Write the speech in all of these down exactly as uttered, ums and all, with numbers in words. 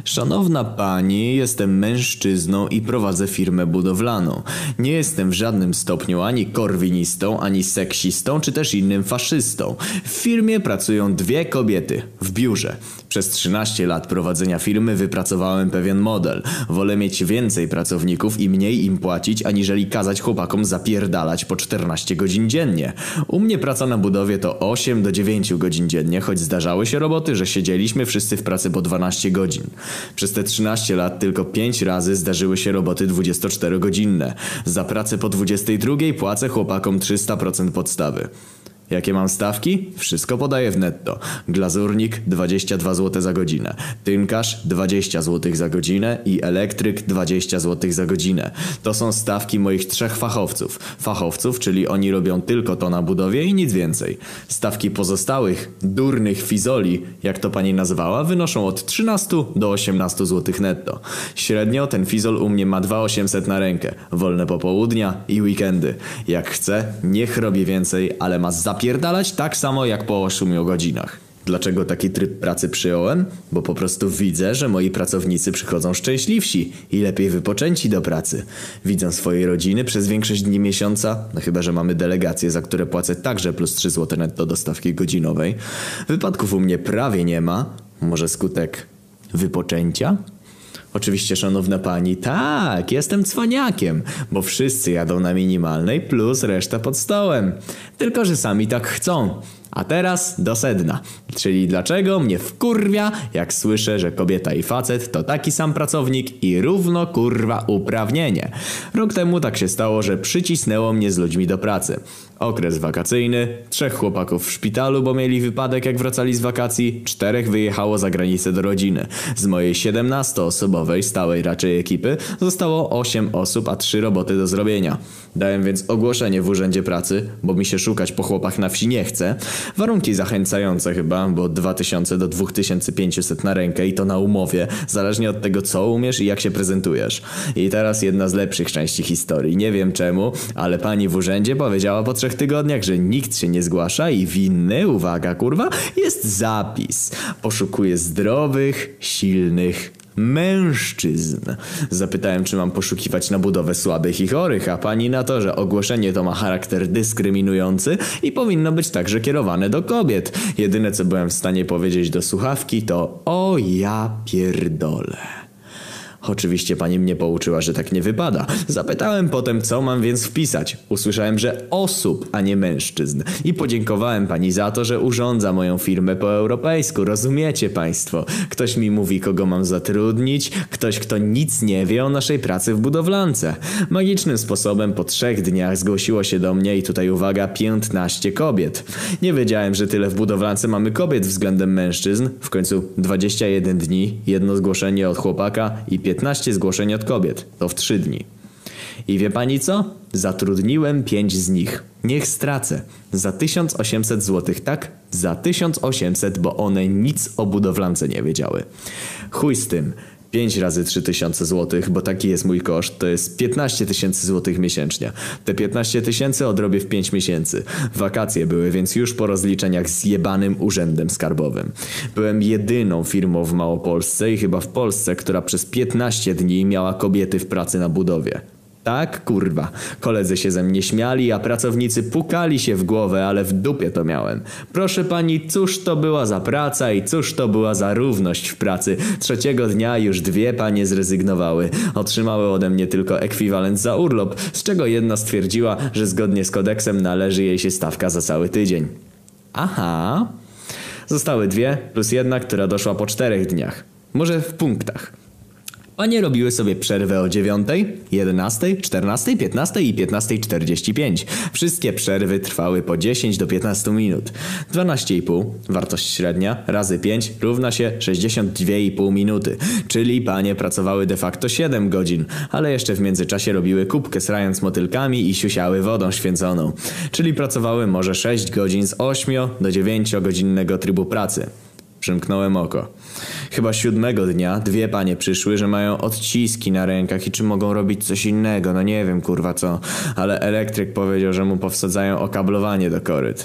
Szanowna pani, jestem mężczyzną i prowadzę firmę budowlaną. Nie jestem w żadnym stopniu ani korwinistą, ani seksistą, czy też innym faszystą. W firmie pracują dwie kobiety. W biurze. Przez trzynaście lat prowadzenia firmy wypracowałem pewien model. Wolę mieć więcej pracowników i mniej im płacić, aniżeli kazać chłopakom zapierdalać po czternaście godzin dziennie. U mnie praca na budowie to osiem do dziewięciu godzin dziennie, choć zdarzały się roboty, że siedzieliśmy wszyscy w pracy po dwanaście godzin. Przez te trzynaście lat tylko pięć razy zdarzyły się roboty dwudziestoczterogodzinne. Za pracę po dwudziestej drugiej płacę chłopakom trzysta procent podstawy. Jakie mam stawki? Wszystko podaję w netto. Glazurnik dwadzieścia dwa złote za godzinę, tynkarz dwadzieścia złotych za godzinę i elektryk dwadzieścia złotych za godzinę. To są stawki moich trzech fachowców. Fachowców, czyli oni robią tylko to na budowie i nic więcej. Stawki pozostałych, durnych fizoli, jak to pani nazwała, wynoszą od trzynastu do osiemnastu złotych netto. Średnio ten fizol u mnie ma dwa tysiące osiemset na rękę, wolne popołudnia i weekendy. Jak chce, niech robi więcej, ale ma zapierdalać tak samo jak po ośmiu godzinach. Dlaczego taki tryb pracy przyjąłem? Bo po prostu widzę, że moi pracownicy przychodzą szczęśliwsi i lepiej wypoczęci do pracy. Widzę swoje rodziny przez większość dni miesiąca, no chyba że mamy delegacje, za które płacę także plus trzy złote netto do stawki godzinowej. Wypadków u mnie prawie nie ma. Może skutek wypoczęcia? Oczywiście, szanowna pani, tak, jestem cwaniakiem, bo wszyscy jadą na minimalnej plus reszta pod stołem. Tylko że sami tak chcą. A teraz do sedna. Czyli dlaczego mnie wkurwia, jak słyszę, że kobieta i facet to taki sam pracownik i równo kurwa uprawnienie. Rok temu tak się stało, że przycisnęło mnie z ludźmi do pracy. Okres wakacyjny, trzech chłopaków w szpitalu, bo mieli wypadek jak wracali z wakacji, czterech wyjechało za granicę do rodziny. Z mojej siedemnastoosobowej, stałej raczej ekipy, zostało osiem osób, a trzy roboty do zrobienia. Dałem więc ogłoszenie w urzędzie pracy, bo mi się szukać po chłopach na wsi nie chce. Warunki zachęcające chyba, bo dwa tysiące do dwa tysiące pięćset na rękę i to na umowie, zależnie od tego co umiesz i jak się prezentujesz. I teraz jedna z lepszych części historii. Nie wiem czemu, ale pani w urzędzie powiedziała po trzech tygodniach, że nikt się nie zgłasza i winny, uwaga kurwa, jest zapis. Poszukuje zdrowych, silnych mężczyzn. Zapytałem, czy mam poszukiwać na budowę słabych i chorych, a pani na to, że ogłoszenie to ma charakter dyskryminujący i powinno być także kierowane do kobiet. Jedyne co byłem w stanie powiedzieć do słuchawki to o ja pierdolę. Oczywiście pani mnie pouczyła, że tak nie wypada. Zapytałem potem, co mam więc wpisać. Usłyszałem, że osób, a nie mężczyzn. I podziękowałem pani za to, że urządza moją firmę po europejsku. Rozumiecie państwo? Ktoś mi mówi, kogo mam zatrudnić. Ktoś, kto nic nie wie o naszej pracy w budowlance. Magicznym sposobem po trzech dniach zgłosiło się do mnie i tutaj uwaga, piętnaście kobiet. Nie wiedziałem, że tyle w budowlance mamy kobiet względem mężczyzn. W końcu dwadzieścia jeden dni, jedno zgłoszenie od chłopaka i piętnaście zgłoszeń od kobiet. To w trzy dni. I wie pani co? Zatrudniłem pięć z nich. Niech stracę. Za tysiąc osiemset złotych, tak? Za tysiąc osiemset, bo one nic o budowlance nie wiedziały. Chuj z tym. pięć razy trzy tysiące złotych, bo taki jest mój koszt, to jest piętnaście tysięcy złotych miesięcznie. Te piętnaście tysięcy odrobię w pięć miesięcy. Wakacje były, więc już po rozliczeniach z jebanym urzędem skarbowym. Byłem jedyną firmą w Małopolsce i chyba w Polsce, która przez piętnaście dni miała kobiety w pracy na budowie. Tak, kurwa. Koledzy się ze mnie śmiali, a pracownicy pukali się w głowę, ale w dupie to miałem. Proszę pani, cóż to była za praca i cóż to była za równość w pracy. Trzeciego dnia już dwie panie zrezygnowały. Otrzymały ode mnie tylko ekwiwalent za urlop, z czego jedna stwierdziła, że zgodnie z kodeksem należy jej się stawka za cały tydzień. Aha. Zostały dwie, plus jedna, która doszła po czterech dniach. Może w punktach. Panie robiły sobie przerwę o dziewiątej, jedenastej, czternastej, piętnastej i piętnastej czterdzieści pięć. Wszystkie przerwy trwały po dziesięć do piętnastu minut. dwanaście i pół, wartość średnia, razy pięć równa się sześćdziesiąt dwie i pół minuty. Czyli panie pracowały de facto siedem godzin, ale jeszcze w międzyczasie robiły kubkę srając motylkami i siusiały wodą święconą. Czyli pracowały może sześć godzin z ośmiu do dziewięciogodzinnego trybu pracy. Przymknąłem oko. Chyba siódmego dnia dwie panie przyszły, że mają odciski na rękach i czy mogą robić coś innego, no nie wiem kurwa co, ale elektryk powiedział, że mu powsadzają okablowanie do koryt.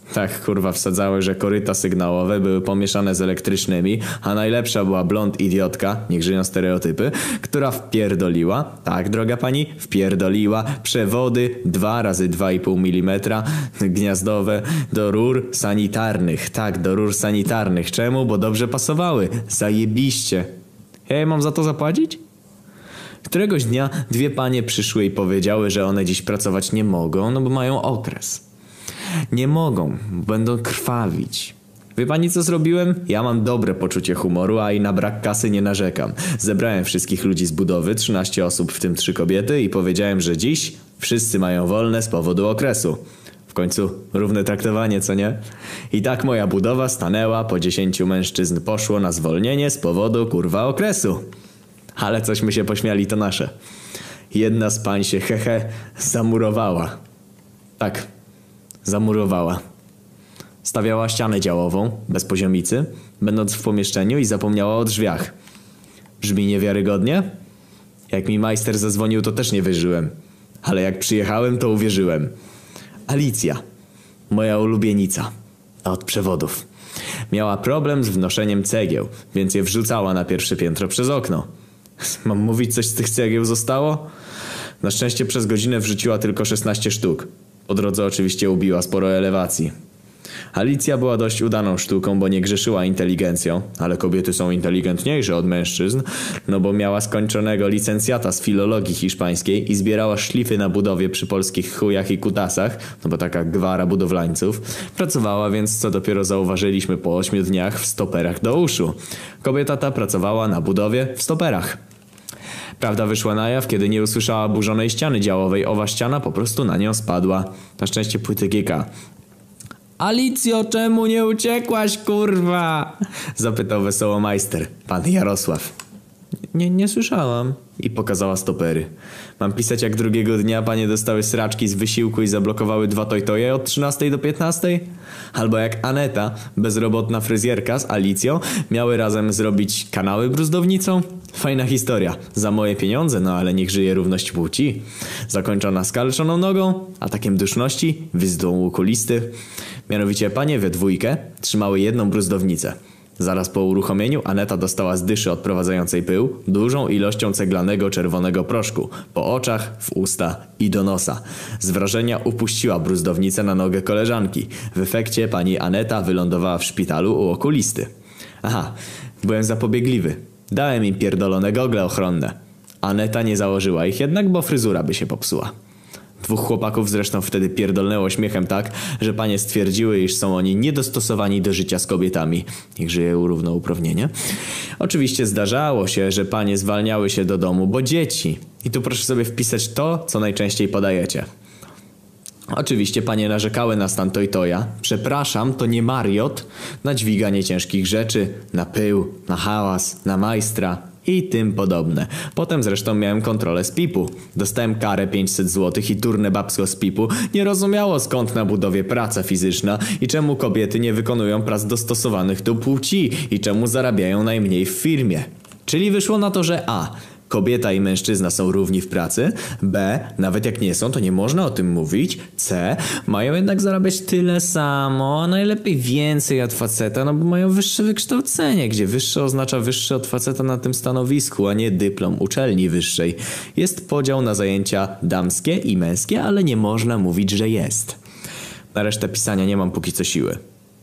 Tak, kurwa, wsadzały, że koryta sygnałowe były pomieszane z elektrycznymi, a najlepsza była blond idiotka, niech żyją stereotypy, która wpierdoliła, tak droga pani, wpierdoliła przewody dwa razy dwa i pół milimetra gniazdowe do rur sanitarnych. Tak, do rur sanitarnych. Czemu? Bo dobrze pasowały. Zajebiście. Ja jej mam za to zapłacić? Któregoś dnia dwie panie przyszły i powiedziały, że one dziś pracować nie mogą, no bo mają okres. Nie mogą, będą krwawić. Wie pani co zrobiłem? Ja mam dobre poczucie humoru, a i na brak kasy nie narzekam. Zebrałem wszystkich ludzi z budowy, trzynaście osób, w tym trzy kobiety, i powiedziałem, że dziś wszyscy mają wolne z powodu okresu. W końcu równe traktowanie, co nie? I tak moja budowa stanęła, po dziesięciu mężczyzn poszło na zwolnienie z powodu kurwa okresu. Ale cośmy się pośmiali, to nasze. Jedna z pań się hehe zamurowała. Tak, zamurowała. Stawiała ścianę działową, bez poziomicy, będąc w pomieszczeniu, i zapomniała o drzwiach. Brzmi niewiarygodnie? Jak mi majster zadzwonił, to też nie wierzyłem. Ale jak przyjechałem, to uwierzyłem. Alicja, moja ulubienica, a od przewodów. Miała problem z wnoszeniem cegieł, więc je wrzucała na pierwsze piętro przez okno. Mam mówić, coś z tych cegieł zostało? Na szczęście przez godzinę wrzuciła tylko szesnaście sztuk. Po drodze oczywiście ubiła sporo elewacji. Alicja była dość udaną sztuką, bo nie grzeszyła inteligencją, ale kobiety są inteligentniejsze od mężczyzn, no bo miała skończonego licencjata z filologii hiszpańskiej i zbierała szlify na budowie przy polskich chujach i kutasach, no bo taka gwara budowlańców. Pracowała więc, co dopiero zauważyliśmy po ośmiu dniach, w stoperach do uszu. Kobieta ta pracowała na budowie w stoperach. Prawda wyszła na jaw, kiedy nie usłyszała burzonej ściany działowej. Owa ściana po prostu na nią spadła. Na szczęście płyty G K. Alicjo, czemu nie uciekłaś, kurwa? Zapytał wesoło majster, pan Jarosław. Nie, nie słyszałam. I pokazała stopery. Mam pisać, jak drugiego dnia panie dostały sraczki z wysiłku i zablokowały dwa tojtoje od trzynastej do piętnastej? Albo jak Aneta, bezrobotna fryzjerka z Alicją, miały razem zrobić kanały bruzdownicą? Fajna historia. Za moje pieniądze, no ale niech żyje równość płci. Zakończona skalczoną nogą, atakiem duszności, wyzdą okulisty. Mianowicie panie we dwójkę trzymały jedną bruzdownicę. Zaraz po uruchomieniu Aneta dostała z dyszy odprowadzającej pył dużą ilością ceglanego czerwonego proszku po oczach, w usta i do nosa. Z wrażenia upuściła bruzdownicę na nogę koleżanki. W efekcie pani Aneta wylądowała w szpitalu u okulisty. Aha, byłem zapobiegliwy. Dałem im pierdolone gogle ochronne. Aneta nie założyła ich jednak, bo fryzura by się popsuła. Dwóch chłopaków zresztą wtedy pierdolnęło śmiechem tak, że panie stwierdziły, iż są oni niedostosowani do życia z kobietami. Niech żyje równouprawnienie. Oczywiście zdarzało się, że panie zwalniały się do domu, bo dzieci. I tu proszę sobie wpisać to, co najczęściej podajecie. Oczywiście panie narzekały na stan tojtoja. Przepraszam, to nie Mariot. Na dźwiganie ciężkich rzeczy, na pył, na hałas, na majstra i tym podobne. Potem zresztą miałem kontrolę z pipu. Dostałem karę pięćset złotych i durne babsko z pipu nie rozumiało, skąd na budowie praca fizyczna i czemu kobiety nie wykonują prac dostosowanych do płci i czemu zarabiają najmniej w firmie. Czyli wyszło na to, że a. Kobieta i mężczyzna są równi w pracy. B. Nawet jak nie są, to nie można o tym mówić. C. Mają jednak zarabiać tyle samo, a najlepiej więcej od faceta, no bo mają wyższe wykształcenie, gdzie wyższe oznacza wyższe od faceta na tym stanowisku, a nie dyplom uczelni wyższej. Jest podział na zajęcia damskie i męskie, ale nie można mówić, że jest. Na resztę pisania nie mam póki co siły.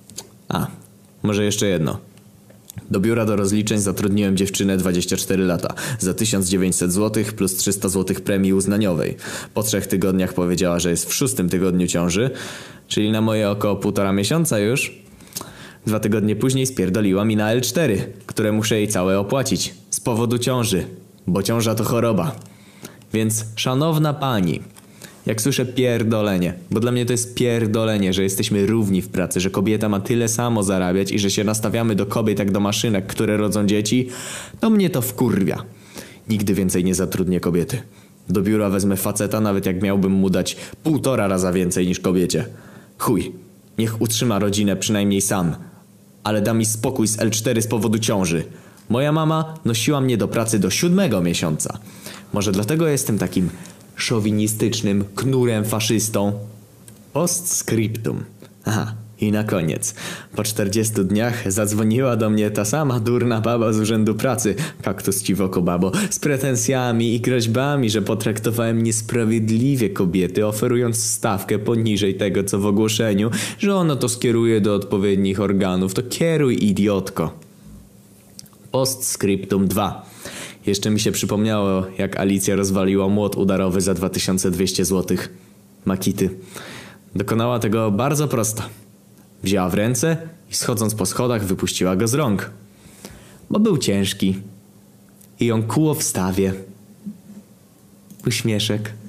A, może jeszcze jedno. Do biura do rozliczeń zatrudniłem dziewczynę dwadzieścia cztery lata za tysiąc dziewięćset złotych plus trzysta złotych premii uznaniowej. Po trzech tygodniach powiedziała, że jest w szóstym tygodniu ciąży, czyli na moje około półtora miesiąca już. Dwa tygodnie później spierdoliła mi na L cztery, które muszę jej całe opłacić z powodu ciąży, bo ciąża to choroba. Więc szanowna pani, jak słyszę pierdolenie, bo dla mnie to jest pierdolenie, że jesteśmy równi w pracy, że kobieta ma tyle samo zarabiać i że się nastawiamy do kobiet jak do maszynek, które rodzą dzieci, to mnie to wkurwia. Nigdy więcej nie zatrudnię kobiety. Do biura wezmę faceta, nawet jak miałbym mu dać półtora raza więcej niż kobiecie. Chuj, niech utrzyma rodzinę przynajmniej sam, ale da mi spokój z L cztery z powodu ciąży. Moja mama nosiła mnie do pracy do siódmego miesiąca. Może dlatego jestem takim szowinistycznym knurem faszystą. Postscriptum. Aha, I na koniec, po czterdziestu dniach zadzwoniła do mnie ta sama durna baba z urzędu pracy, kaktus ci w oko babo, z pretensjami i groźbami, że potraktowałem niesprawiedliwie kobiety, oferując stawkę poniżej tego co w ogłoszeniu, że ono to skieruje do odpowiednich organów. To kieruj, idiotko. Postscriptum dwa. Jeszcze mi się przypomniało, jak Alicja rozwaliła młot udarowy za dwa tysiące dwieście złotych. Makity. Dokonała tego bardzo prosto. Wzięła w ręce i schodząc po schodach wypuściła go z rąk. Bo był ciężki. I ją kuło w stawie. Uśmieszek.